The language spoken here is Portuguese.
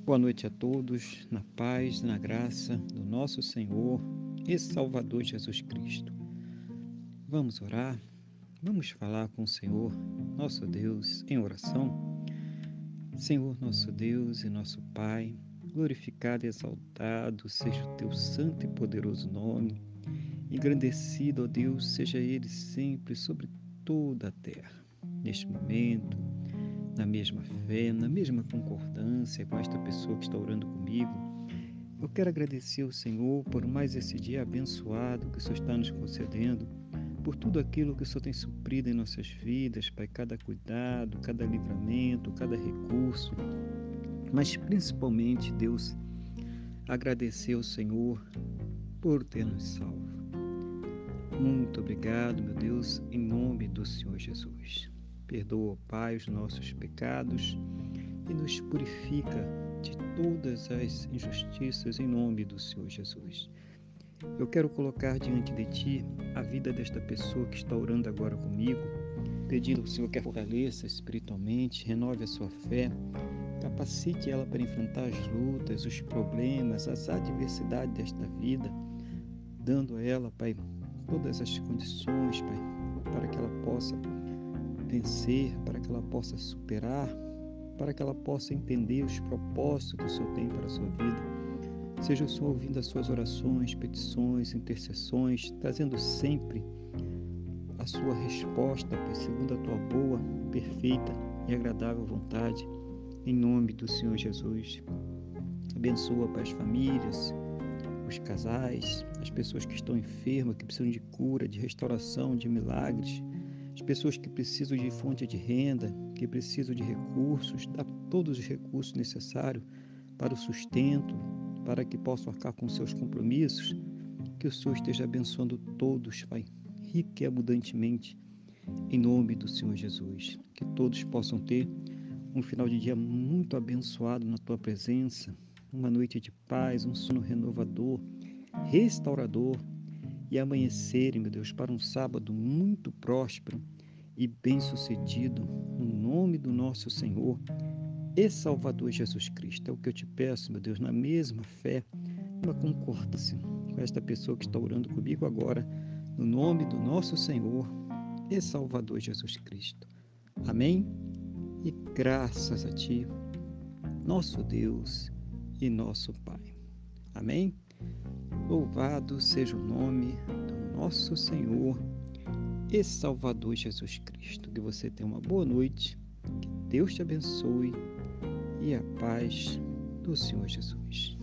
Boa noite a todos, na paz, na graça do nosso Senhor e Salvador Jesus Cristo. Vamos orar, vamos falar com o Senhor, nosso Deus, em oração. Senhor, nosso Deus e nosso Pai, glorificado e exaltado seja o teu santo e poderoso nome, engrandecido, ó Deus, seja ele sempre sobre toda a terra. Neste momento, na mesma fé, na mesma concordância com esta pessoa que está orando comigo, eu quero agradecer ao Senhor por mais esse dia abençoado que o Senhor está nos concedendo, por tudo aquilo que o Senhor tem suprido em nossas vidas, Pai, cada cuidado, cada livramento, cada recurso, mas principalmente, Deus, agradecer ao Senhor por ter nos salvo. Muito obrigado, meu Deus, em nome do Senhor Jesus. Perdoa, Pai, os nossos pecados e nos purifica de todas as injustiças em nome do Senhor Jesus. Eu quero colocar diante de Ti a vida desta pessoa que está orando agora comigo, pedindo ao Senhor que a fortaleça espiritualmente, renove a sua fé, capacite ela para enfrentar as lutas, os problemas, as adversidades desta vida, dando a ela, Pai, todas as condições, Pai, para que ela possa vencer, para que ela possa superar, para que ela possa entender os propósitos que o Senhor tem para a sua vida. Seja o Senhor ouvindo as suas orações, petições, intercessões, trazendo sempre a sua resposta, Pai, segundo a tua boa, perfeita e agradável vontade, em nome do Senhor Jesus. Abençoa, Pai, as famílias, os casais, as pessoas que estão enfermas, que precisam de cura, de restauração, de milagres, as pessoas que precisam de fonte de renda, que precisam de recursos, dá todos os recursos necessários para o sustento, para que possam arcar com seus compromissos, que o Senhor esteja abençoando todos, Pai, rica e abundantemente, em nome do Senhor Jesus. Que todos possam ter um final de dia muito abençoado na Tua presença, uma noite de paz, um sono renovador, restaurador, e amanhecerem, meu Deus, para um sábado muito próspero e bem-sucedido, no nome do nosso Senhor e Salvador Jesus Cristo. É o que eu te peço, meu Deus, na mesma fé, numa concordância com esta pessoa que está orando comigo agora, no nome do nosso Senhor e Salvador Jesus Cristo. Amém? E graças a Ti, nosso Deus e nosso Pai. Amém? Louvado seja o nome do nosso Senhor e Salvador Jesus Cristo. Que você tenha uma boa noite, que Deus te abençoe e a paz do Senhor Jesus.